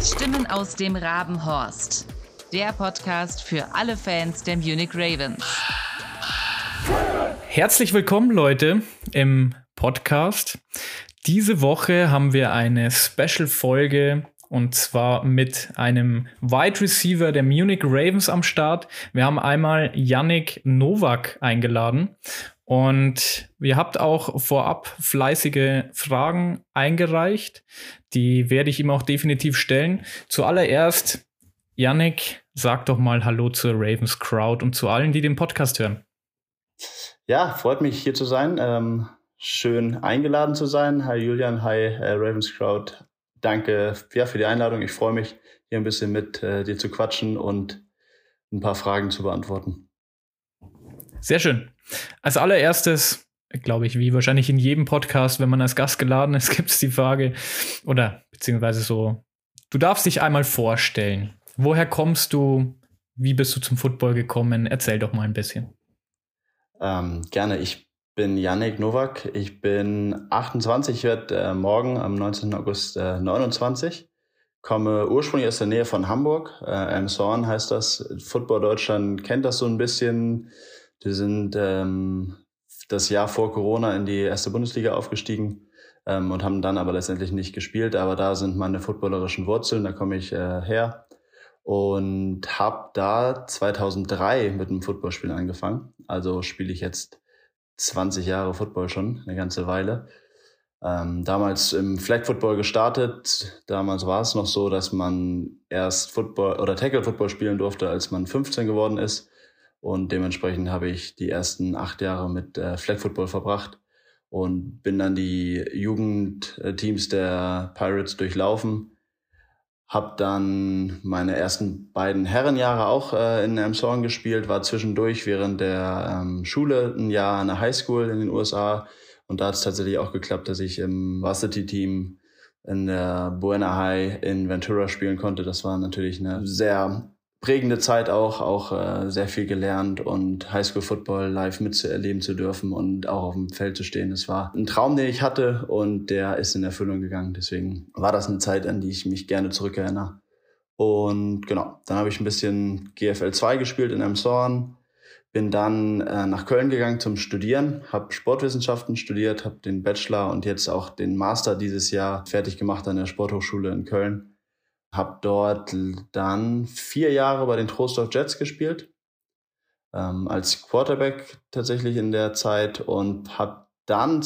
Stimmen aus dem Rabenhorst. Der Podcast für alle Fans der Munich Ravens. Herzlich willkommen, Leute, im Podcast. Diese Woche haben wir eine Special-Folge und zwar mit einem Wide Receiver der Munich Ravens am Start. Wir haben einmal Yannick Nowak eingeladen und ihr habt auch vorab fleißige Fragen eingereicht. Die werde ich ihm auch definitiv stellen. Zuallererst, Yannick, sag doch mal Hallo zur Ravens Crowd und zu allen, die den Podcast hören. Ja, freut mich hier zu sein. Schön eingeladen zu sein. Hi Julian, hi Ravens Crowd. Danke für die Einladung. Ich freue mich, hier ein bisschen mit dir zu quatschen und ein paar Fragen zu beantworten. Sehr schön. Als allererstes, glaube ich, wie wahrscheinlich in jedem Podcast, wenn man als Gast geladen ist, gibt es die Frage, oder beziehungsweise so, du darfst dich einmal vorstellen. Woher kommst du? Wie bist du zum Football gekommen? Erzähl doch mal ein bisschen. Gerne. Ich bin Yannick Nowak. Ich bin 28, ich werde morgen am 19. August 29. Komme ursprünglich aus der Nähe von Hamburg. Elmshorn heißt das. Football Deutschland kennt das so ein bisschen. Wir sind das Jahr vor Corona in die erste Bundesliga aufgestiegen und haben dann aber letztendlich nicht gespielt. Aber da sind meine footballerischen Wurzeln, da komme ich her. Und habe da 2003 mit dem Footballspielen angefangen. Also spiele ich jetzt 20 Jahre Football schon, eine ganze Weile. Damals im Flag Football gestartet. Damals war es noch so, dass man erst Football oder Tackle Football spielen durfte, als man 15 geworden ist. Und dementsprechend habe ich die ersten 8 Jahre mit Flag Football verbracht und bin dann die Jugendteams der Pirates durchlaufen. Hab dann meine ersten beiden Herrenjahre auch in Elmshorn gespielt, war zwischendurch während der Schule ein Jahr an der Highschool in den USA. Und da hat es tatsächlich auch geklappt, dass ich im Varsity-Team in der Buena High in Ventura spielen konnte. Das war natürlich eine sehr prägende Zeit auch sehr viel gelernt und Highschool-Football live mitzuerleben zu dürfen und auch auf dem Feld zu stehen. Das war ein Traum, den ich hatte und der ist in Erfüllung gegangen. Deswegen war das eine Zeit, an die ich mich gerne zurückerinnere. Und genau, dann habe ich ein bisschen GFL 2 gespielt in Elmshorn, bin dann nach Köln gegangen zum Studieren, habe Sportwissenschaften studiert, habe den Bachelor und jetzt auch den Master dieses Jahr fertig gemacht an der Sporthochschule in Köln. Habe dort dann 4 Jahre bei den Troisdorf Jets gespielt, als Quarterback tatsächlich in der Zeit und habe dann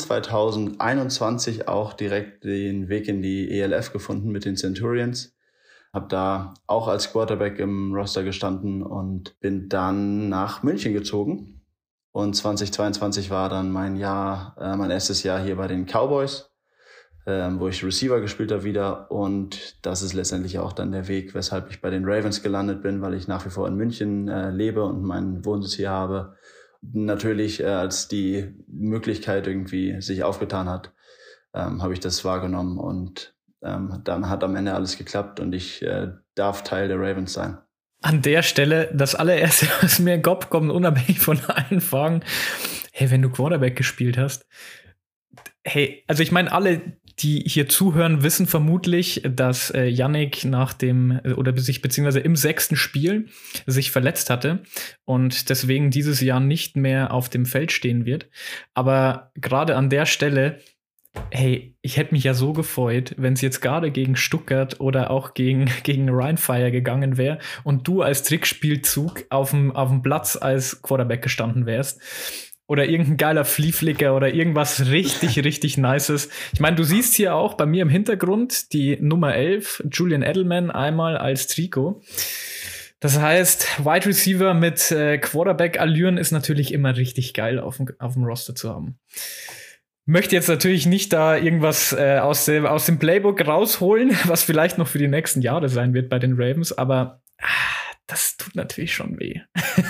2021 auch direkt den Weg in die ELF gefunden mit den Centurions. Habe da auch als Quarterback im Roster gestanden und bin dann nach München gezogen. Und 2022 war dann mein erstes Jahr hier bei den Cowboys, wo ich Receiver gespielt habe wieder. Und das ist letztendlich auch dann der Weg, weshalb ich bei den Ravens gelandet bin, weil ich nach wie vor in München lebe und meinen Wohnsitz hier habe. Natürlich, als die Möglichkeit irgendwie sich aufgetan hat, habe ich das wahrgenommen und dann hat am Ende alles geklappt und ich darf Teil der Ravens sein. An der Stelle das allererste, was mir in den Kopf kommt, unabhängig von allen Fragen, hey, wenn du Quarterback gespielt hast, hey, also ich meine, alle, die hier zuhören, wissen vermutlich, dass Yannick nach dem oder sich beziehungsweise im 6. Spiel sich verletzt hatte und deswegen dieses Jahr nicht mehr auf dem Feld stehen wird. Aber gerade an der Stelle, hey, ich hätte mich ja so gefreut, wenn es jetzt gerade gegen Stuttgart oder auch gegen Rheinfire gegangen wäre und du als Trickspielzug auf dem Platz als Quarterback gestanden wärst. Oder irgendein geiler Flea-Flicker oder irgendwas richtig, richtig Nices. Ich meine, du siehst hier auch bei mir im Hintergrund die Nummer 11, Julian Edelman, einmal als Trikot. Das heißt, Wide Receiver mit Quarterback-Allüren ist natürlich immer richtig geil auf dem Roster zu haben. Möchte jetzt natürlich nicht da irgendwas aus dem Playbook rausholen, was vielleicht noch für die nächsten Jahre sein wird bei den Ravens, aber das tut natürlich schon weh.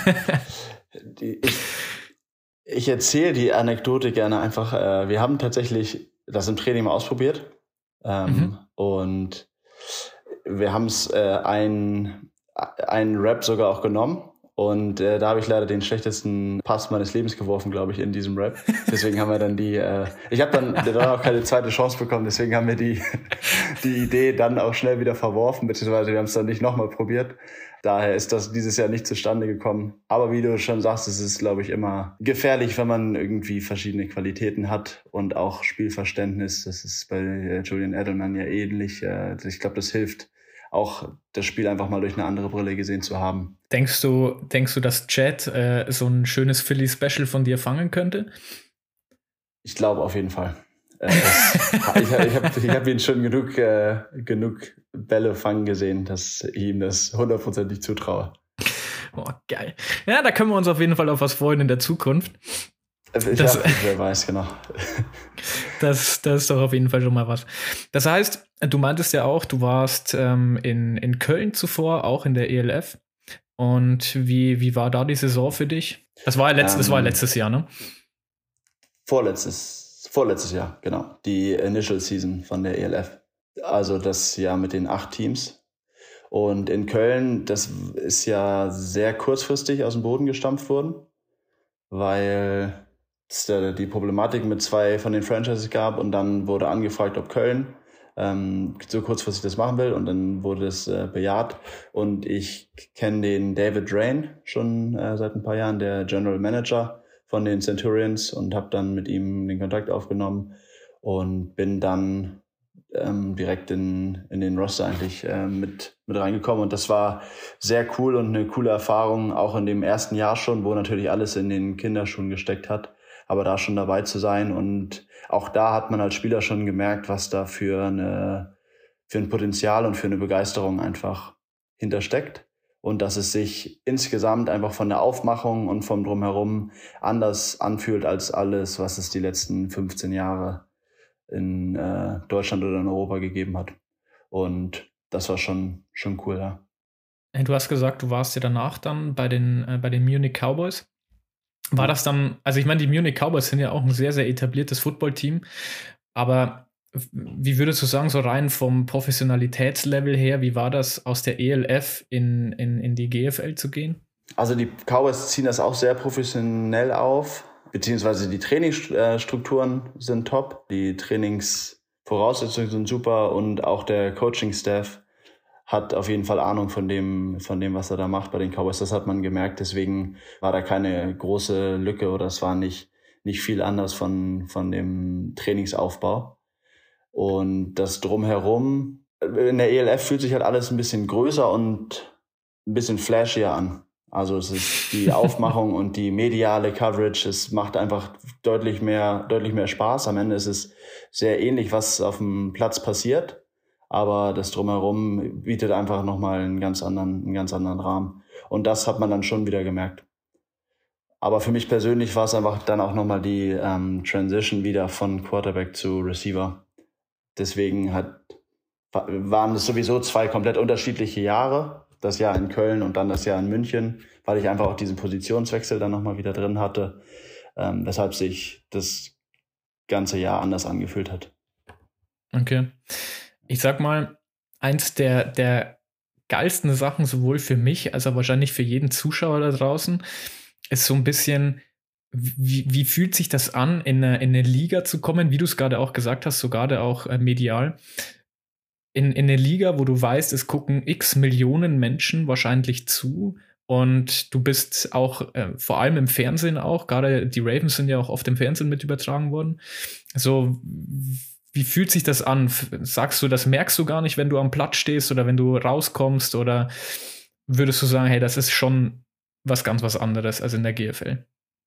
Ich erzähle die Anekdote gerne einfach. Wir haben tatsächlich das im Training mal ausprobiert. Und wir haben es einen Rep sogar auch genommen Und da habe ich leider den schlechtesten Pass meines Lebens geworfen, glaube ich, in diesem Rap. Deswegen haben wir dann ich habe dann auch keine zweite Chance bekommen, deswegen haben wir die Idee dann auch schnell wieder verworfen, beziehungsweise wir haben es dann nicht nochmal probiert. Daher ist das dieses Jahr nicht zustande gekommen. Aber wie du schon sagst, es ist, glaube ich, immer gefährlich, wenn man irgendwie verschiedene Qualitäten hat und auch Spielverständnis. Das ist bei Julian Edelman ja ähnlich. Ich glaube, das hilft auch, das Spiel einfach mal durch eine andere Brille gesehen zu haben. Denkst du, dass Chad so ein schönes Philly-Special von dir fangen könnte? Ich glaube auf jeden Fall. Ich hab ihn schon genug Bälle fangen gesehen, dass ich ihm das 100% zutraue. Oh, geil. Ja, da können wir uns auf jeden Fall auf was freuen in der Zukunft. Wer weiß, genau. Das ist doch auf jeden Fall schon mal was. Das heißt, du meintest ja auch, du warst in Köln zuvor, auch in der ELF. Und wie war da die Saison für dich? Das war letztes Jahr, ne? Vorletztes Jahr, genau. Die Initial Season von der ELF. Also das Jahr mit den 8 Teams. Und in Köln, das ist ja sehr kurzfristig aus dem Boden gestampft worden, weil es da die Problematik mit 2 von den Franchises gab und dann wurde angefragt, ob Köln so kurzfristig das machen will und dann wurde es bejaht. Und ich kenne den David Drain schon seit ein paar Jahren, der General Manager von den Centurions, und habe dann mit ihm den Kontakt aufgenommen und bin dann direkt in den Roster eigentlich mit reingekommen. Und das war sehr cool und eine coole Erfahrung, auch in dem ersten Jahr schon, wo natürlich alles in den Kinderschuhen gesteckt hat, aber da schon dabei zu sein. Und auch da hat man als Spieler schon gemerkt, was da für ein Potenzial und für eine Begeisterung einfach hintersteckt. Und dass es sich insgesamt einfach von der Aufmachung und vom Drumherum anders anfühlt als alles, was es die letzten 15 Jahre in Deutschland oder in Europa gegeben hat. Und das war schon cool, ja. Du hast gesagt, du warst ja danach dann bei den Munich Cowboys. War das dann, also ich meine, die Munich Cowboys sind ja auch ein sehr, sehr etabliertes Footballteam, aber wie würdest du sagen, so rein vom Professionalitätslevel her, wie war das, aus der ELF in die GFL zu gehen? Also die Cowboys ziehen das auch sehr professionell auf, beziehungsweise die Trainingsstrukturen sind top, die Trainingsvoraussetzungen sind super und auch der Coaching-Staff hat auf jeden Fall Ahnung von dem, was er da macht bei den Cowboys. Das hat man gemerkt, deswegen war da keine große Lücke oder es war nicht viel anders von dem Trainingsaufbau. Und das Drumherum, in der ELF fühlt sich halt alles ein bisschen größer und ein bisschen flashier an. Also es ist die Aufmachung und die mediale Coverage, es macht einfach deutlich mehr Spaß. Am Ende ist es sehr ähnlich, was auf dem Platz passiert, aber das Drumherum bietet einfach nochmal einen ganz anderen Rahmen. Und das hat man dann schon wieder gemerkt. Aber für mich persönlich war es einfach dann auch nochmal die Transition wieder von Quarterback zu Receiver. Deswegen waren es sowieso 2 komplett unterschiedliche Jahre. Das Jahr in Köln und dann das Jahr in München, weil ich einfach auch diesen Positionswechsel dann nochmal wieder drin hatte, weshalb sich das ganze Jahr anders angefühlt hat. Okay. Ich sag mal, eins der geilsten Sachen, sowohl für mich als auch wahrscheinlich für jeden Zuschauer da draußen, ist so ein bisschen, wie fühlt sich das an, in eine Liga zu kommen, wie du es gerade auch gesagt hast, so gerade auch medial, in eine Liga, wo du weißt, es gucken x Millionen Menschen wahrscheinlich zu und du bist auch, vor allem im Fernsehen auch, gerade die Ravens sind ja auch oft im Fernsehen mit übertragen worden. So, wie fühlt sich das an? Sagst du, das merkst du gar nicht, wenn du am Platz stehst oder wenn du rauskommst, oder würdest du sagen, hey, das ist schon was anderes als in der GFL?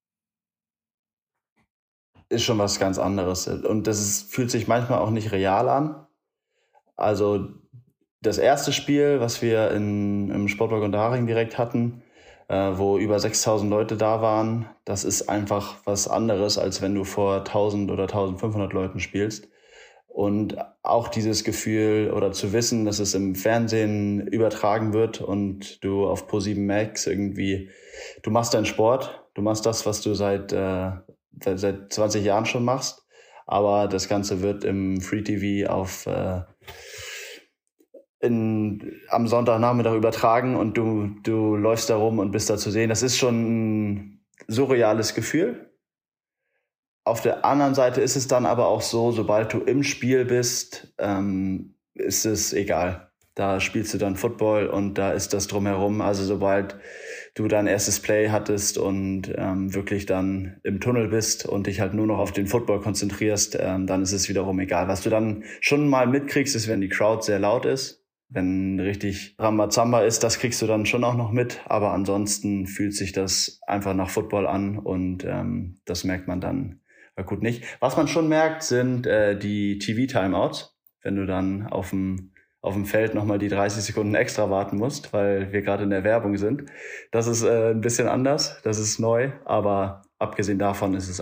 Ist schon was ganz anderes und fühlt sich manchmal auch nicht real an. Also das erste Spiel, was wir im Sportpark Unterhaching direkt hatten, wo über 6.000 Leute da waren, das ist einfach was anderes, als wenn du vor 1.000 oder 1.500 Leuten spielst. Und auch dieses Gefühl oder zu wissen, dass es im Fernsehen übertragen wird und du auf Pro7 Max irgendwie, du machst deinen Sport, du machst das, was du seit 20 Jahren schon machst, aber das Ganze wird im Free TV am Sonntagnachmittag übertragen und du läufst da rum und bist da zu sehen. Das ist schon ein surreales Gefühl. Auf der anderen Seite ist es dann aber auch so, sobald du im Spiel bist, ist es egal. Da spielst du dann Football und da ist das drumherum. Also sobald du dein erstes Play hattest und wirklich dann im Tunnel bist und dich halt nur noch auf den Football konzentrierst, dann ist es wiederum egal. Was du dann schon mal mitkriegst, ist, wenn die Crowd sehr laut ist. Wenn richtig Rambazamba ist, das kriegst du dann schon auch noch mit. Aber ansonsten fühlt sich das einfach nach Football an und das merkt man dann gut nicht. Was man schon merkt, sind die TV-Timeouts. Wenn du dann auf dem Feld nochmal die 30 Sekunden extra warten musst, weil wir gerade in der Werbung sind. Das ist ein bisschen anders, das ist neu, aber abgesehen davon ist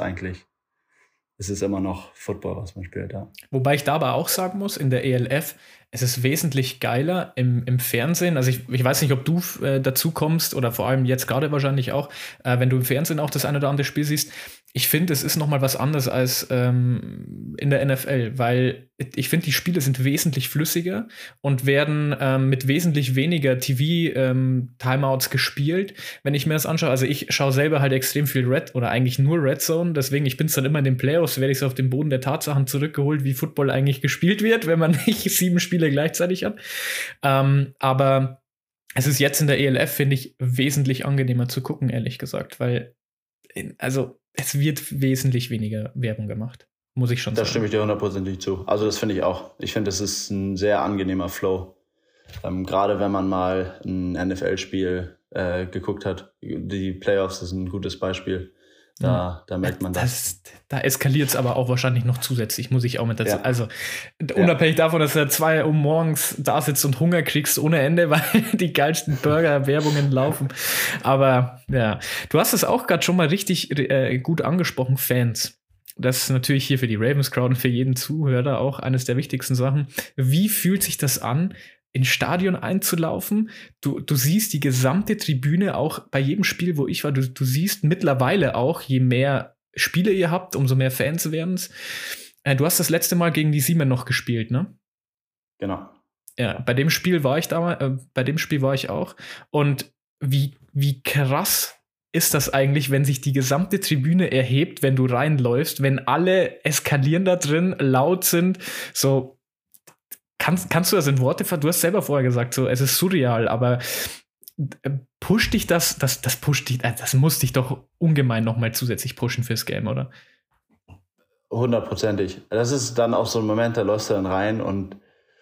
es immer noch Football, was man spielt, ja. Wobei ich dabei auch sagen muss, in der ELF, es ist wesentlich geiler im Fernsehen. Also ich weiß nicht, ob du dazu kommst oder vor allem jetzt gerade wahrscheinlich auch, wenn du im Fernsehen auch das eine oder andere Spiel siehst. Ich finde, es ist nochmal was anderes als in der NFL, weil ich finde, die Spiele sind wesentlich flüssiger und werden mit wesentlich weniger TV-Timeouts gespielt. Wenn ich mir das anschaue, also ich schaue selber halt extrem viel eigentlich nur Red Zone, deswegen ich bin es dann immer in den Playoffs, werde ich so auf den Boden der Tatsachen zurückgeholt, wie Football eigentlich gespielt wird, wenn man nicht 7 Spiele gleichzeitig hat. Aber es ist jetzt in der ELF, finde ich, wesentlich angenehmer zu gucken, ehrlich gesagt, weil es wird wesentlich weniger Werbung gemacht, muss ich schon sagen. Da stimme ich dir 100% zu. Also das finde ich auch. Ich finde, das ist ein sehr angenehmer Flow. Gerade wenn man mal ein NFL-Spiel geguckt hat. Die Playoffs ist ein gutes Beispiel. Da merkt man das. Da eskaliert es aber auch wahrscheinlich noch zusätzlich, muss ich auch mit dazu. Ja. Also unabhängig davon, dass du 2 Uhr morgens da sitzt und Hunger kriegst ohne Ende, weil die geilsten Burger-Werbungen laufen. Aber ja, du hast es auch gerade schon mal richtig gut angesprochen, Fans. Das ist natürlich hier für die Ravens-Crowd und für jeden Zuhörer auch eines der wichtigsten Sachen. Wie fühlt sich das an, ins Stadion einzulaufen? Du siehst die gesamte Tribüne, auch bei jedem Spiel, wo ich war, du siehst mittlerweile auch, je mehr Spiele ihr habt, umso mehr Fans werden es. Du hast das letzte Mal gegen die Siemen noch gespielt, ne? Genau. Ja, bei dem Spiel war ich auch. Und wie krass ist das eigentlich, wenn sich die gesamte Tribüne erhebt, wenn du reinläufst, wenn alle eskalieren da drin, laut sind, so. Kannst du das in Worte fassen? Du hast selber vorher gesagt, so, es ist surreal, aber pusht dich das muss dich doch ungemein nochmal zusätzlich pushen fürs Game, oder? 100%. Das ist dann auch so ein Moment, da läufst du dann rein und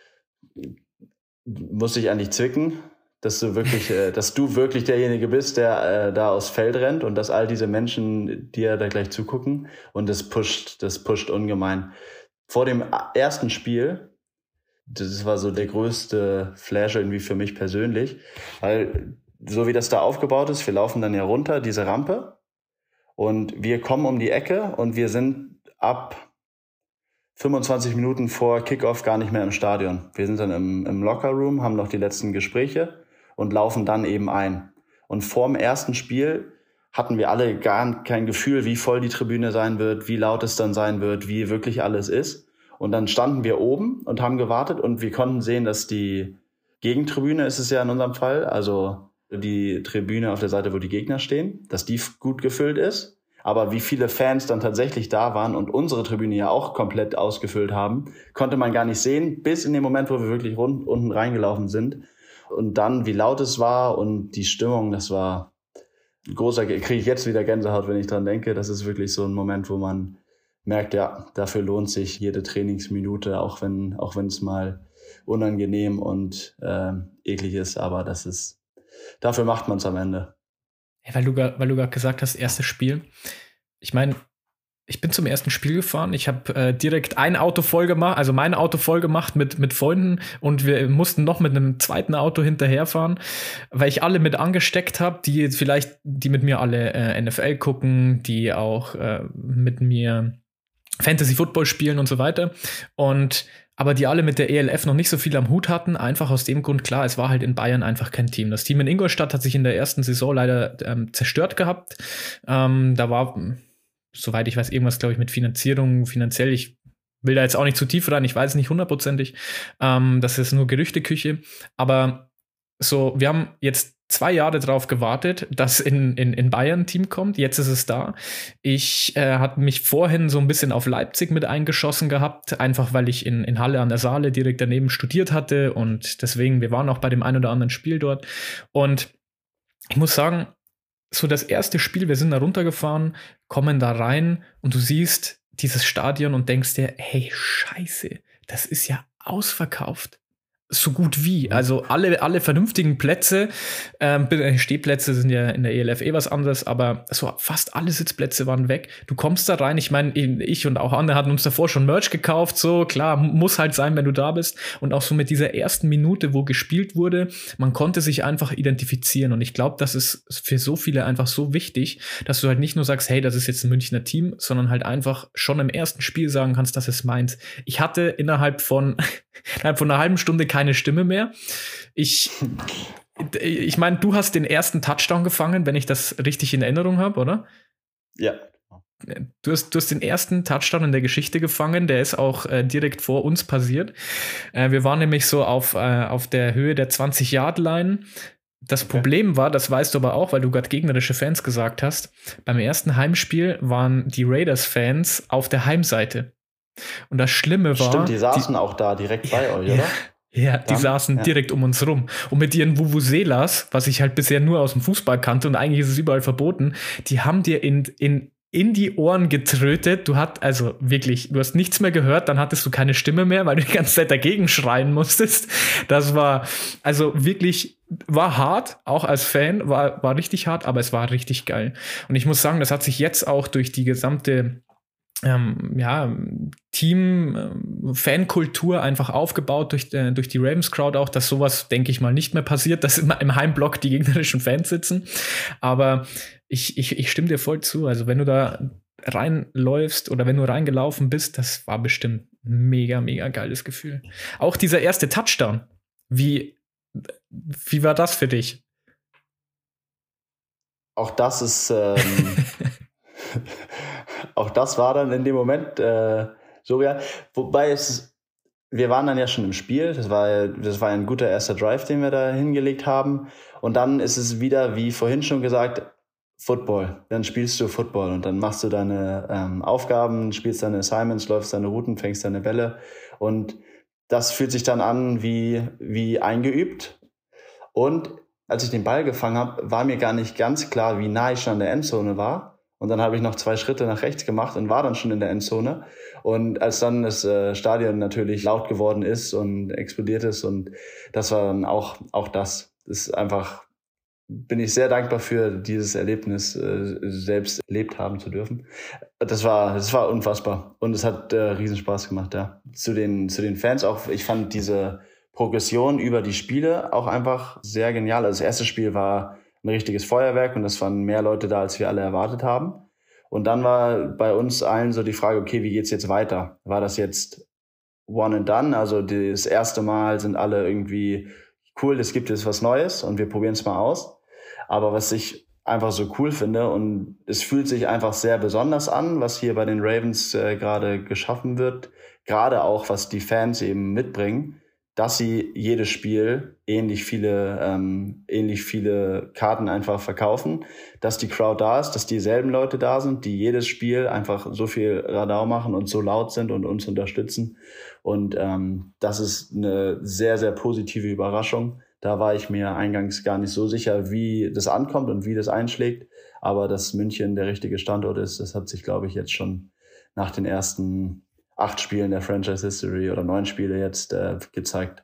musst dich eigentlich zwicken, dass du wirklich derjenige bist, der da aufs Feld rennt und dass all diese Menschen dir da gleich zugucken und das pusht ungemein. Vor dem ersten Spiel, das war so der größte Flash irgendwie für mich persönlich, weil so wie das da aufgebaut ist, wir laufen dann ja runter, diese Rampe, und wir kommen um die Ecke und wir sind ab 25 Minuten vor Kickoff gar nicht mehr im Stadion. Wir sind dann im Lockerroom, haben noch die letzten Gespräche und laufen dann eben ein. Und vorm ersten Spiel hatten wir alle gar kein Gefühl, wie voll die Tribüne sein wird, wie laut es dann sein wird, wie wirklich alles ist. Und dann standen wir oben und haben gewartet und wir konnten sehen, dass die Gegentribüne, ist es ja in unserem Fall, also die Tribüne auf der Seite, wo die Gegner stehen, dass die gut gefüllt ist. Aber wie viele Fans dann tatsächlich da waren und unsere Tribüne ja auch komplett ausgefüllt haben, konnte man gar nicht sehen, bis in dem Moment, wo wir wirklich unten reingelaufen sind. Und dann, wie laut es war und die Stimmung, das war kriege ich jetzt wieder Gänsehaut, wenn ich dran denke. Das ist wirklich so ein Moment, wo man merkt, ja, dafür lohnt sich jede Trainingsminute, auch wenn es mal unangenehm und eklig ist, aber dafür macht man es am Ende. Ja, weil du gerade gesagt hast, erstes Spiel. Ich meine, ich bin zum ersten Spiel gefahren. Ich habe direkt ein Auto voll gemacht, also mein Auto voll gemacht mit Freunden, und wir mussten noch mit einem zweiten Auto hinterherfahren, weil ich alle mit angesteckt habe, die mit mir alle NFL gucken, die auch mit mir Fantasy Football spielen und so weiter. Aber die alle mit der ELF noch nicht so viel am Hut hatten, einfach aus dem Grund, klar, es war halt in Bayern einfach kein Team. Das Team in Ingolstadt hat sich in der ersten Saison leider zerstört gehabt. Da war, soweit ich weiß, irgendwas, glaube ich, mit Finanzierung, finanziell, ich will da jetzt auch nicht zu tief rein, ich weiß es nicht hundertprozentig. Das ist nur Gerüchteküche. Aber so, wir haben jetzt 2 Jahre drauf gewartet, dass in Bayern ein Team kommt. Jetzt ist es da. Ich hatte mich vorhin so ein bisschen auf Leipzig mit eingeschossen gehabt, einfach weil ich in Halle an der Saale direkt daneben studiert hatte und deswegen, wir waren auch bei dem ein oder anderen Spiel dort. Und ich muss sagen, so das erste Spiel, wir sind da runtergefahren, kommen da rein und du siehst dieses Stadion und denkst dir, hey, scheiße, das ist ja ausverkauft. So gut wie. Also alle vernünftigen Plätze, Stehplätze sind ja in der ELF was anderes, aber so fast alle Sitzplätze waren weg. Du kommst da rein, ich meine, ich und auch andere hatten uns davor schon Merch gekauft, so klar, muss halt sein, wenn du da bist. Und auch so mit dieser ersten Minute, wo gespielt wurde, man konnte sich einfach identifizieren. Und ich glaube, das ist für so viele einfach so wichtig, dass du halt nicht nur sagst, hey, das ist jetzt ein Münchner Team, sondern halt einfach schon im ersten Spiel sagen kannst, das ist meins. Ich hatte innerhalb von einer halben Stunde keine Stimme mehr. Ich meine, du hast den ersten Touchdown gefangen, wenn ich das richtig in Erinnerung habe, oder? Ja. Du hast den ersten Touchdown in der Geschichte gefangen, der ist auch direkt vor uns passiert. Wir waren nämlich so auf der Höhe der 20-Yard-Line. Das Problem war, das weißt du aber auch, weil du gerade gegnerische Fans gesagt hast, beim ersten Heimspiel waren die Raiders-Fans auf der Heimseite. Und das Schlimme war... Stimmt, die saßen auch da direkt bei euch, oder? Ja, die saßen direkt um uns rum. Und mit ihren Vuvuzelas, was ich halt bisher nur aus dem Fußball kannte und eigentlich ist es überall verboten, die haben dir in die Ohren getrötet. Du hast nichts mehr gehört, dann hattest du keine Stimme mehr, weil du die ganze Zeit dagegen schreien musstest. Das war war hart, auch als Fan, war richtig hart, aber es war richtig geil. Und ich muss sagen, das hat sich jetzt auch durch die gesamte Fankultur einfach aufgebaut durch die Ravens-Crowd auch, dass sowas, denke ich mal, nicht mehr passiert, dass immer im Heimblock die gegnerischen Fans sitzen. Aber ich stimme dir voll zu. Also wenn du da reinläufst oder wenn du reingelaufen bist, das war bestimmt ein mega, mega geiles Gefühl. Auch dieser erste Touchdown. Wie war das für dich? Auch das ist auch das war dann in dem Moment surreal. Wobei wir waren dann ja schon im Spiel. Das war ein guter erster Drive, den wir da hingelegt haben. Und dann ist es wieder, wie vorhin schon gesagt, Football. Dann spielst du Football und dann machst du deine Aufgaben, spielst deine Assignments, läufst deine Routen, fängst deine Bälle. Und das fühlt sich dann an wie eingeübt. Und als ich den Ball gefangen habe, war mir gar nicht ganz klar, wie nah ich schon an der Endzone war. Und dann habe ich noch 2 Schritte nach rechts gemacht und war dann schon in der Endzone. Und als dann das Stadion natürlich laut geworden ist und explodiert ist, und das war dann auch das. Das ist einfach, bin ich sehr dankbar für dieses Erlebnis, selbst erlebt haben zu dürfen. Das war unfassbar. Und es hat riesen Spaß gemacht, ja. Zu den Fans auch, ich fand diese Progression über die Spiele auch einfach sehr genial. Also das erste Spiel war ein richtiges Feuerwerk und es waren mehr Leute da, als wir alle erwartet haben. Und dann war bei uns allen so die Frage, okay, wie geht's jetzt weiter? War das jetzt one and done? Also das erste Mal sind alle irgendwie cool, es gibt jetzt was Neues und wir probieren es mal aus. Aber was ich einfach so cool finde, und es fühlt sich einfach sehr besonders an, was hier bei den Ravens gerade geschaffen wird, gerade auch was die Fans eben mitbringen, dass sie jedes Spiel ähnlich viele Karten einfach verkaufen, dass die Crowd da ist, dass dieselben Leute da sind, die jedes Spiel einfach so viel Radau machen und so laut sind und uns unterstützen. Und das ist eine sehr, sehr positive Überraschung. Da war ich mir eingangs gar nicht so sicher, wie das ankommt und wie das einschlägt. Aber dass München der richtige Standort ist, das hat sich, glaube ich, jetzt schon nach den ersten 8 Spielen der Franchise History oder 9 Spiele jetzt gezeigt.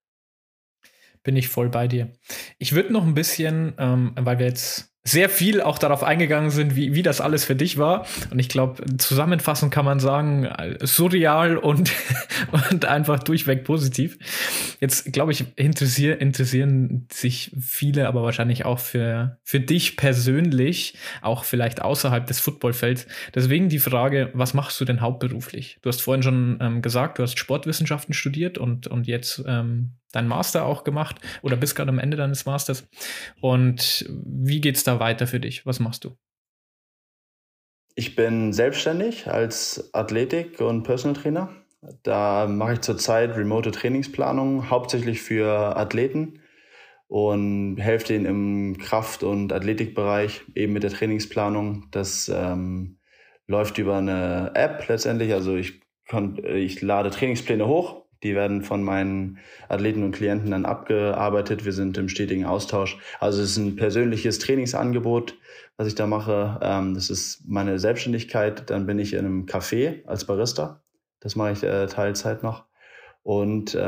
Bin ich voll bei dir. Ich würde noch ein bisschen, weil wir jetzt sehr viel auch darauf eingegangen sind, wie das alles für dich war. Und ich glaube, zusammenfassend kann man sagen, surreal und einfach durchweg positiv. Jetzt, glaube ich, interessieren sich viele, aber wahrscheinlich auch für dich persönlich, auch vielleicht außerhalb des Footballfelds. Deswegen die Frage, was machst du denn hauptberuflich? Du hast vorhin schon gesagt, du hast Sportwissenschaften studiert und jetzt deinen Master auch gemacht oder bist gerade am Ende deines Masters. Und wie geht's da weiter für dich? Was machst du? Ich bin selbstständig als Athletik- und Personal Trainer. Da mache ich zurzeit remote Trainingsplanung, hauptsächlich für Athleten und helfe denen im Kraft- und Athletikbereich eben mit der Trainingsplanung. Das läuft über eine App letztendlich. Also ich lade Trainingspläne hoch. Die werden von meinen Athleten und Klienten dann abgearbeitet. Wir sind im stetigen Austausch. Also es ist ein persönliches Trainingsangebot, was ich da mache. Das ist meine Selbstständigkeit. Dann bin ich in einem Café als Barista. Das mache ich Teilzeit noch. Und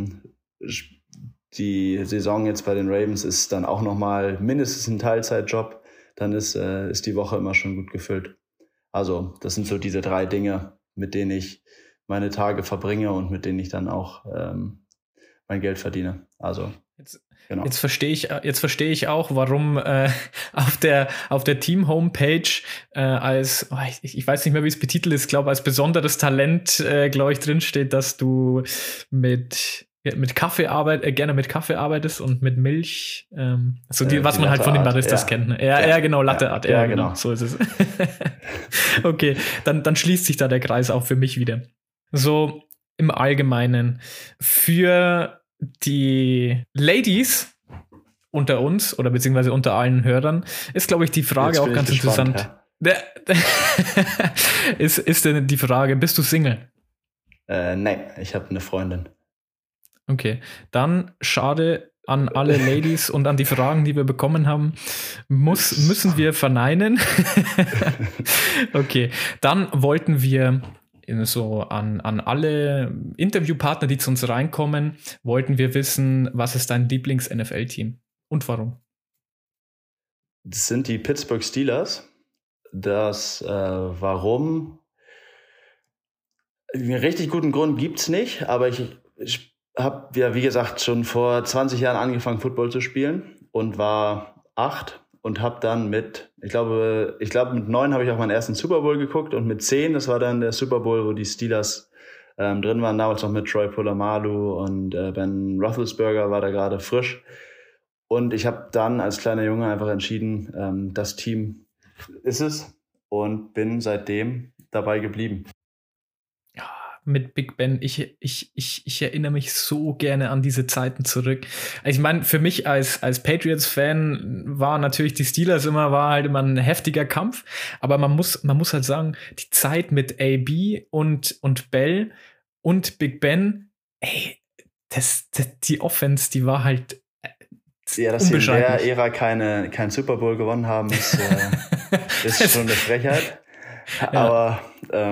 die Saison jetzt bei den Ravens ist dann auch nochmal mindestens ein Teilzeitjob. Dann ist die Woche immer schon gut gefüllt. Also das sind so diese 3 Dinge, mit denen ich meine Tage verbringe und mit denen ich dann auch mein Geld verdiene. Also genau. Jetzt verstehe ich auch, warum auf der Team-Homepage ich weiß nicht mehr, wie es betitelt ist, glaube als besonderes Talent, glaube ich, drinsteht, dass du mit Kaffee gerne mit Kaffee arbeitest und mit Milch, was man halt von den Baristas kennt. Ne? Ja, genau, Latte Art. Ja, genau, so ist es. Okay, dann schließt sich da der Kreis auch für mich wieder. So im Allgemeinen für die Ladies unter uns oder beziehungsweise unter allen Hörern ist, glaube ich, die Frage auch ganz interessant. Ja. Ist denn die Frage, bist du Single? Nein, ich habe eine Freundin. Okay, dann schade an alle Ladies und an die Fragen, die wir bekommen haben, müssen wir verneinen. Okay, dann wollten wir so an alle Interviewpartner, die zu uns reinkommen, wollten wir wissen, was ist dein Lieblings-NFL-Team und warum? Das sind die Pittsburgh Steelers. Warum? Einen richtig guten Grund gibt's nicht, aber ich habe ja, wie gesagt, schon vor 20 Jahren angefangen, Football zu spielen und war 8 und habe dann ich glaube mit 9 habe ich auch meinen ersten Super Bowl geguckt und mit 10, das war dann der Super Bowl, wo die Steelers drin waren, damals noch mit Troy Polamalu und Ben Roethlisberger war da gerade frisch. Und ich habe dann als kleiner Junge einfach entschieden, das Team ist es und bin seitdem dabei geblieben. Mit Big Ben. Ich erinnere mich so gerne an diese Zeiten zurück. Ich meine, für mich als Patriots-Fan war natürlich die Steelers war halt immer ein heftiger Kampf, aber man muss halt sagen, die Zeit mit AB und Bell und Big Ben, die Offense, die war halt ja, dass sie in der Ära kein Super Bowl gewonnen haben, ist schon eine Frechheit. Ja. Aber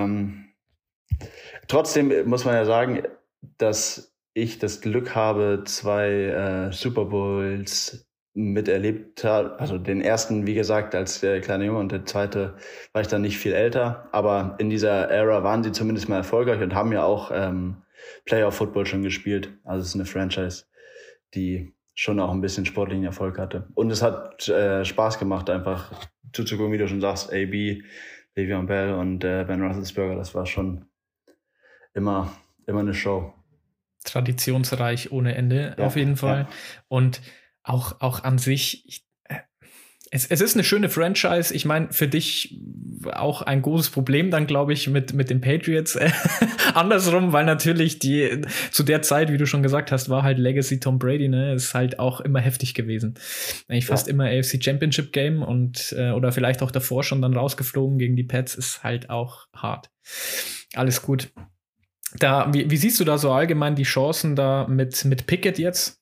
trotzdem muss man ja sagen, dass ich das Glück habe, 2 Super Bowls miterlebt habe. Also den ersten, wie gesagt, als kleiner Junge und der zweite war ich dann nicht viel älter. Aber in dieser Ära waren sie zumindest mal erfolgreich und haben ja auch Playoff-Football schon gespielt. Also es ist eine Franchise, die schon auch ein bisschen sportlichen Erfolg hatte. Und es hat Spaß gemacht, einfach zuzugucken, wie du schon sagst, AB, Le'Veon Bell und Ben Roethlisberger, das war schon immer eine Show. Traditionsreich ohne Ende, ja, auf jeden Fall. Ja. Und auch an sich, es ist eine schöne Franchise. Ich meine, für dich auch ein großes Problem dann, glaube ich, mit den Patriots. Andersrum, weil natürlich zu der Zeit, wie du schon gesagt hast, war halt Legacy Tom Brady, ne, ist halt auch immer heftig gewesen. Eigentlich fast immer AFC Championship Game und oder vielleicht auch davor schon dann rausgeflogen gegen die Pats, ist halt auch hart. Alles gut. Wie siehst du da so allgemein die Chancen da mit Pickett jetzt?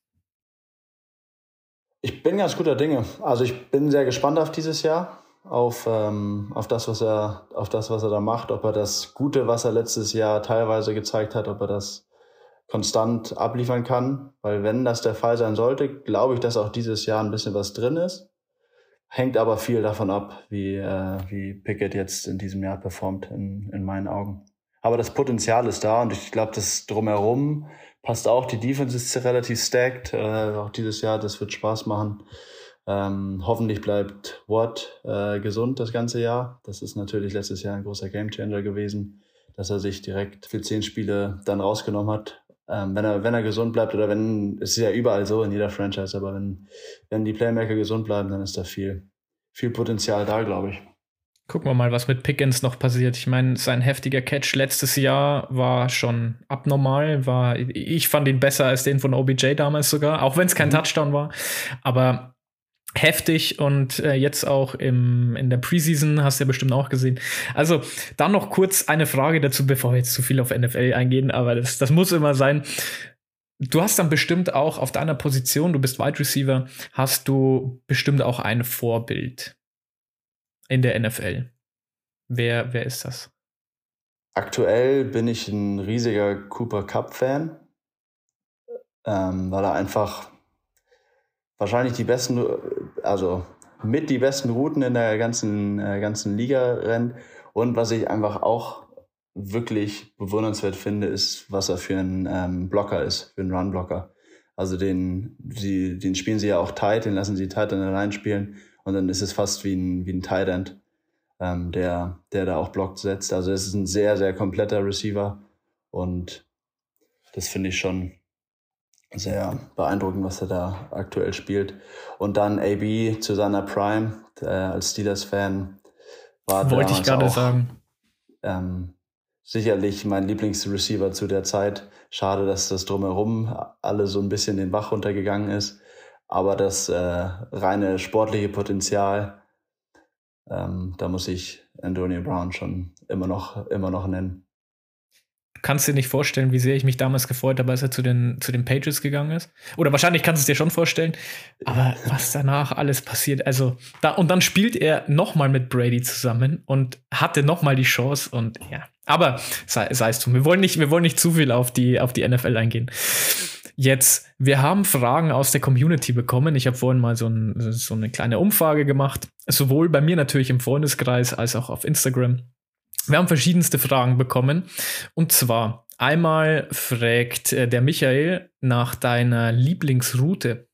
Ich bin ganz guter Dinge. Also ich bin sehr gespannt auf dieses Jahr, auf das, was er da macht, ob er das Gute, was er letztes Jahr teilweise gezeigt hat, ob er das konstant abliefern kann. Weil wenn das der Fall sein sollte, glaube ich, dass auch dieses Jahr ein bisschen was drin ist. Hängt aber viel davon ab, wie Pickett jetzt in diesem Jahr performt, in meinen Augen. Aber das Potenzial ist da und ich glaube, das drumherum passt auch. Die Defense ist relativ stacked. Auch dieses Jahr, das wird Spaß machen. Hoffentlich bleibt Watt gesund das ganze Jahr. Das ist natürlich letztes Jahr ein großer Gamechanger gewesen, dass er sich direkt für 10 Spiele dann rausgenommen hat. Wenn er gesund bleibt oder es ist ja überall so in jeder Franchise, aber wenn die Playmaker gesund bleiben, dann ist da viel Potenzial da, glaube ich. Gucken wir mal, was mit Pickens noch passiert. Ich meine, sein heftiger Catch letztes Jahr war schon abnormal. Ich fand ihn besser als den von OBJ damals sogar, auch wenn es kein Touchdown war. Aber heftig und jetzt auch in der Preseason, hast du ja bestimmt auch gesehen. Also dann noch kurz eine Frage dazu, bevor wir jetzt zu viel auf NFL eingehen, aber das muss immer sein. Du hast dann bestimmt auch auf deiner Position, du bist Wide Receiver, hast du bestimmt auch ein Vorbild in der NFL. Wer ist das? Aktuell bin ich ein riesiger Cooper Kupp-Fan, weil er einfach wahrscheinlich die besten Routen in der ganzen Liga rennt. Und was ich einfach auch wirklich bewundernswert finde, ist, was er für ein Blocker ist, für einen Run-Blocker. Also den spielen sie ja auch tight, den lassen sie tight allein spielen und dann ist es fast wie ein Tight End, der da auch Block setzt. Also es ist ein sehr, sehr kompletter Receiver und das finde ich schon sehr beeindruckend, was er da aktuell spielt. Und dann AB zu seiner Prime, als Steelers-Fan war wollte ich gerade sagen. Sicherlich mein Lieblingsreceiver zu der Zeit. Schade, dass das drumherum alle so ein bisschen den Bach runtergegangen ist. Aber das reine sportliche Potenzial, da muss ich Antonio Brown schon immer noch nennen. Kannst dir nicht vorstellen, wie sehr ich mich damals gefreut habe, als er zu den Patriots gegangen ist. Oder wahrscheinlich kannst du es dir schon vorstellen. Aber was danach alles passiert, also und dann spielt er nochmal mit Brady zusammen und hatte nochmal die Chance und ja. Aber sei es drum. Wir wollen nicht zu viel auf die NFL eingehen. Jetzt, wir haben Fragen aus der Community bekommen. Ich habe vorhin mal so eine kleine Umfrage gemacht. Sowohl bei mir natürlich im Freundeskreis als auch auf Instagram. Wir haben verschiedenste Fragen bekommen. Und zwar, einmal fragt der Michael nach deiner Lieblingsroute.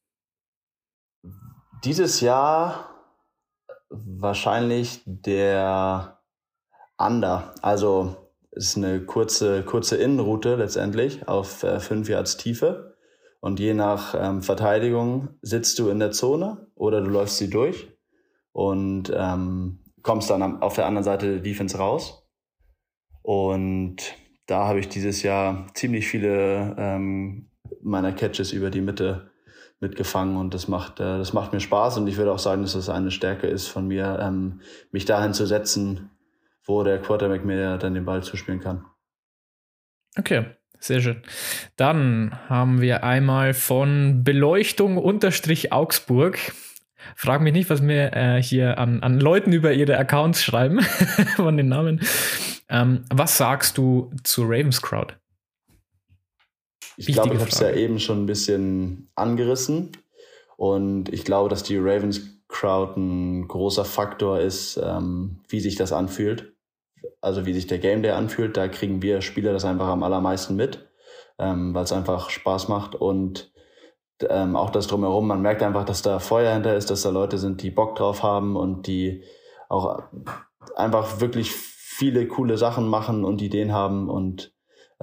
Dieses Jahr wahrscheinlich der Under. Also es ist eine kurze Innenroute letztendlich auf 5 Yards Tiefe. Und je nach Verteidigung sitzt du in der Zone oder du läufst sie durch und kommst dann auf der anderen Seite der Defense raus. Und da habe ich dieses Jahr ziemlich viele meiner Catches über die Mitte mitgefangen und das macht mir Spaß und ich würde auch sagen, dass das eine Stärke ist von mir, mich dahin zu setzen, wo der Quarterback mir dann den Ball zuspielen kann. Okay, sehr schön. Dann haben wir einmal von Beleuchtung_Augsburg. Frag mich nicht, was mir hier an Leuten über ihre Accounts schreiben von den Namen. Was sagst du zu Ravens Crowd? Ich glaube, ich habe es ja eben schon ein bisschen angerissen. Und ich glaube, dass die Ravens Crowd ein großer Faktor ist, wie sich das anfühlt. Also wie sich der Game Day anfühlt. Da kriegen wir Spieler das einfach am allermeisten mit, weil es einfach Spaß macht. Und auch das Drumherum, man merkt einfach, dass da Feuer hinter ist, dass da Leute sind, die Bock drauf haben und die auch einfach wirklich viele coole Sachen machen und Ideen haben und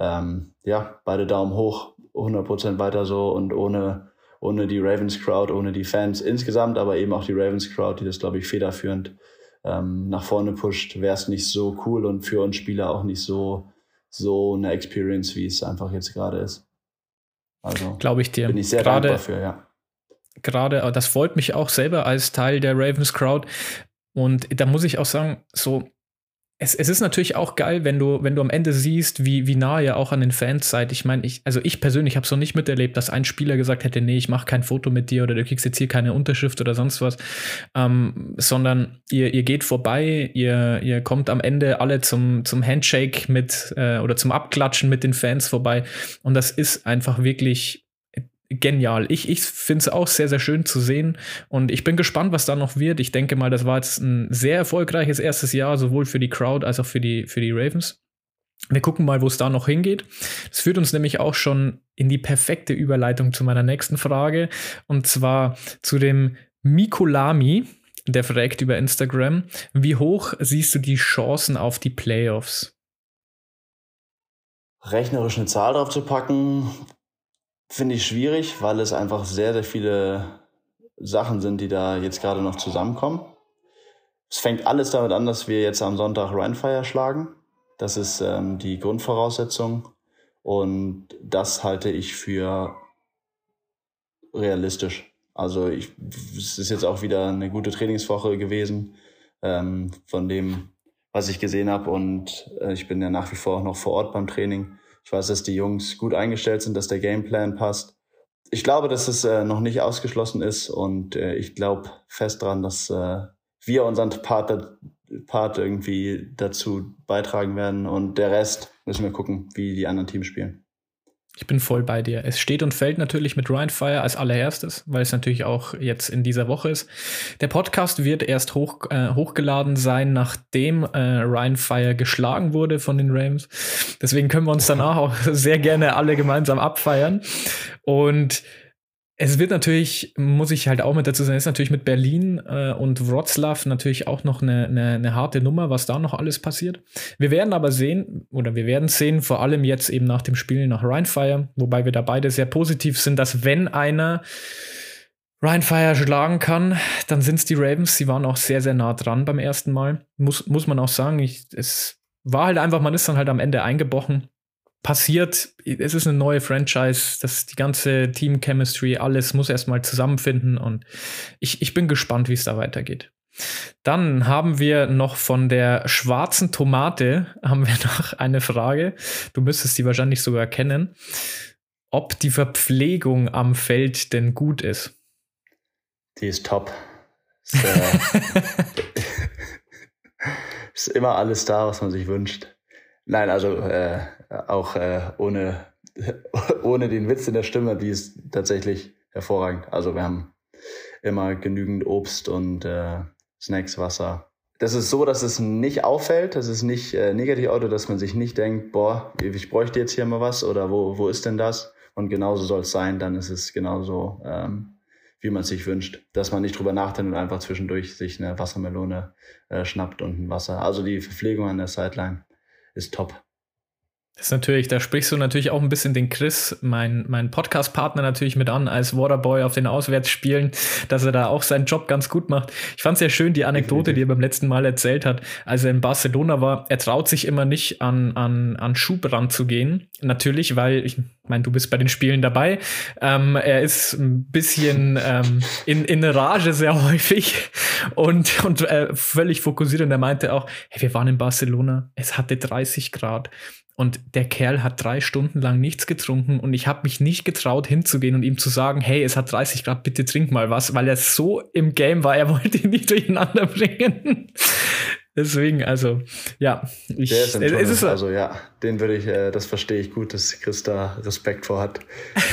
beide Daumen hoch, 100% weiter so und ohne die Ravens Crowd, ohne die Fans insgesamt, aber eben auch die Ravens Crowd, die das, glaube ich, federführend nach vorne pusht, wäre es nicht so cool und für uns Spieler auch nicht so eine Experience, wie es einfach jetzt gerade ist. Also glaube ich dir. Bin ich sehr dankbar für, ja. Gerade, das freut mich auch selber als Teil der Ravens Crowd. Und da muss ich auch sagen, so, es ist natürlich auch geil, wenn du am Ende siehst, wie nah ihr auch an den Fans seid. Ich meine, ich persönlich habe es noch nicht miterlebt, dass ein Spieler gesagt hätte, nee, ich mache kein Foto mit dir oder du kriegst jetzt hier keine Unterschrift oder sonst was, sondern ihr geht vorbei, ihr kommt am Ende alle zum Handshake oder zum Abklatschen mit den Fans vorbei und das ist einfach wirklich genial. Ich finde es auch sehr, sehr schön zu sehen und ich bin gespannt, was da noch wird. Ich denke mal, das war jetzt ein sehr erfolgreiches erstes Jahr, sowohl für die Crowd als auch für die Ravens. Wir gucken mal, wo es da noch hingeht. Das führt uns nämlich auch schon in die perfekte Überleitung zu meiner nächsten Frage und zwar zu dem Mikolami, der fragt über Instagram, wie hoch siehst du die Chancen auf die Playoffs? Rechnerisch eine Zahl drauf zu packen, finde ich schwierig, weil es einfach sehr, sehr viele Sachen sind, die da jetzt gerade noch zusammenkommen. Es fängt alles damit an, dass wir jetzt am Sonntag Rheinfire schlagen. Das ist die Grundvoraussetzung. Und das halte ich für realistisch. Also es ist jetzt auch wieder eine gute Trainingswoche gewesen, von dem, was ich gesehen habe. Und ich bin ja nach wie vor auch noch vor Ort beim Training. Ich weiß, dass die Jungs gut eingestellt sind, dass der Gameplan passt. Ich glaube, dass es noch nicht ausgeschlossen ist. Und ich glaube fest dran, dass wir unseren Part irgendwie dazu beitragen werden. Und der Rest müssen wir gucken, wie die anderen Teams spielen. Ich bin voll bei dir. Es steht und fällt natürlich mit Rheinfire als allererstes, weil es natürlich auch jetzt in dieser Woche ist. Der Podcast wird erst hochgeladen sein, nachdem Rheinfire geschlagen wurde von den Rams. Deswegen können wir uns danach auch sehr gerne alle gemeinsam abfeiern. Und es wird natürlich, muss ich halt auch mit dazu sagen, ist natürlich mit Berlin und Wroclaw natürlich auch noch eine harte Nummer, was da noch alles passiert. Wir werden aber sehen, vor allem jetzt eben nach dem Spiel nach Rheinfire, wobei wir da beide sehr positiv sind, dass wenn einer Rheinfire schlagen kann, dann sind es die Ravens. Sie waren auch sehr, sehr nah dran beim ersten Mal. Muss man auch sagen, es war halt einfach, man ist dann halt am Ende eingebrochen. Passiert, es ist eine neue Franchise, die ganze Team-Chemistry, alles muss erstmal zusammenfinden und ich bin gespannt, wie es da weitergeht. Dann haben wir noch von der schwarzen Tomate haben wir noch eine Frage. Du müsstest die wahrscheinlich sogar kennen. Ob die Verpflegung am Feld denn gut ist? Die ist top. Ist immer alles da, was man sich wünscht. Nein, also auch ohne den Witz in der Stimme, die ist tatsächlich hervorragend. Also wir haben immer genügend Obst und Snacks, Wasser. Das ist so, dass es nicht auffällt, das ist nicht negativ Auto, dass man sich nicht denkt, boah, ich bräuchte jetzt hier mal was oder wo ist denn das? Und genauso soll es sein, dann ist es genauso, wie man es sich wünscht. Dass man nicht drüber nachdenkt und einfach zwischendurch sich eine Wassermelone schnappt und ein Wasser. Also die Verpflegung an der Sideline ist top. Das ist natürlich, da sprichst du natürlich auch ein bisschen den Chris, mein Podcast-Partner natürlich mit an, als Waterboy auf den Auswärtsspielen, dass er da auch seinen Job ganz gut macht. Ich fand es sehr schön, die Anekdote, die er beim letzten Mal erzählt hat, als er in Barcelona war. Er traut sich immer nicht an Schub ranzugehen. Natürlich, weil, ich meine, du bist bei den Spielen dabei. Er ist ein bisschen in Rage sehr häufig und völlig fokussiert. Und er meinte auch, hey, wir waren in Barcelona, es hatte 30 Grad. Und der Kerl hat 3 Stunden lang nichts getrunken und ich habe mich nicht getraut hinzugehen und ihm zu sagen, hey, es hat 30 Grad, bitte trink mal was, weil er so im Game war, er wollte ihn nicht durcheinander bringen. Deswegen, also, ja. Also ja, den würde ich, das verstehe ich gut, dass Chris da Respekt vor hat.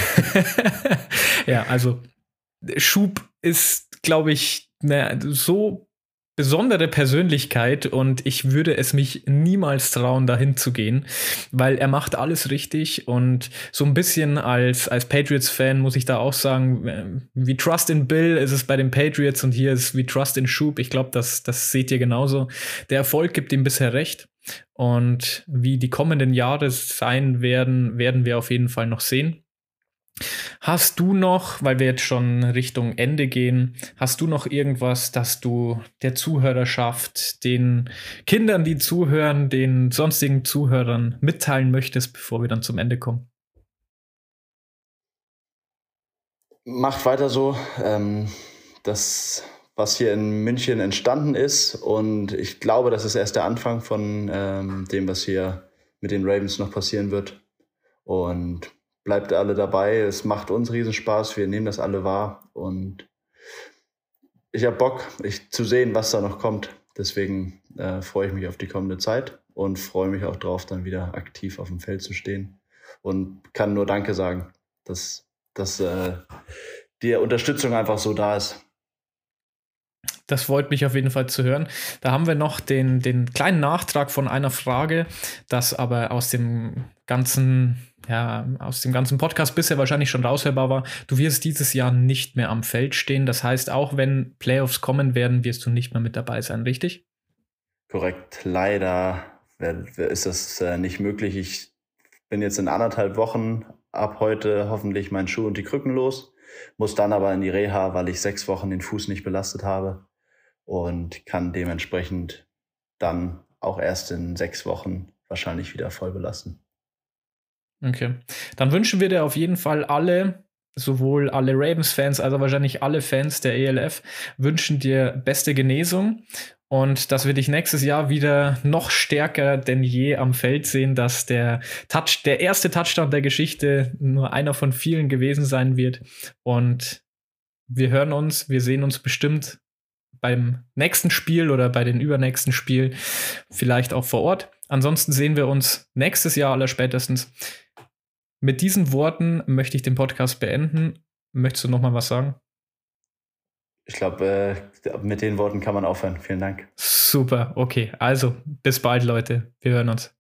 Ja, also Schub ist, glaube ich, so besondere Persönlichkeit und ich würde es mich niemals trauen, dahin zu gehen, weil er macht alles richtig und so ein bisschen als Patriots-Fan muss ich da auch sagen, wie Trust in Bill ist es bei den Patriots und hier ist wie Trust in Schub. Ich glaube, das seht ihr genauso. Der Erfolg gibt ihm bisher recht und wie die kommenden Jahre sein werden wir auf jeden Fall noch sehen. Hast du noch, weil wir jetzt schon Richtung Ende gehen, hast du noch irgendwas, das du der Zuhörerschaft, den Kindern, die zuhören, den sonstigen Zuhörern mitteilen möchtest, bevor wir dann zum Ende kommen? Macht weiter so. Das, was hier in München entstanden ist und ich glaube, das ist erst der Anfang von dem, was hier mit den Ravens noch passieren wird. Und bleibt alle dabei, es macht uns riesen Spaß, wir nehmen das alle wahr und ich habe Bock, zu sehen, was da noch kommt. Deswegen freue ich mich auf die kommende Zeit und freue mich auch drauf, dann wieder aktiv auf dem Feld zu stehen und kann nur Danke sagen, dass die Unterstützung einfach so da ist. Das freut mich auf jeden Fall zu hören. Da haben wir noch den kleinen Nachtrag von einer Frage, das aber aus dem ganzen Podcast bisher wahrscheinlich schon raushörbar war. Du wirst dieses Jahr nicht mehr am Feld stehen. Das heißt, auch wenn Playoffs kommen werden, wirst du nicht mehr mit dabei sein, richtig? Korrekt. Leider ist das nicht möglich. Ich bin jetzt in 1,5 Wochen ab heute hoffentlich meinen Schuh und die Krücken los. Muss dann aber in die Reha, weil ich 6 Wochen den Fuß nicht belastet habe. und kann dementsprechend dann auch erst in 6 Wochen wahrscheinlich wieder voll belasten. Okay. Dann wünschen wir dir auf jeden Fall sowohl alle Ravens-Fans, also wahrscheinlich alle Fans der ELF, wünschen dir beste Genesung und dass wir dich nächstes Jahr wieder noch stärker denn je am Feld sehen, dass der erste Touchdown der Geschichte nur einer von vielen gewesen sein wird. Und wir sehen uns bestimmt beim nächsten Spiel oder bei den übernächsten Spielen, vielleicht auch vor Ort. Ansonsten sehen wir uns nächstes Jahr allerspätestens. Mit diesen Worten möchte ich den Podcast beenden. Möchtest du noch mal was sagen? Ich glaube, mit den Worten kann man aufhören. Vielen Dank. Super, okay. Also, bis bald, Leute. Wir hören uns.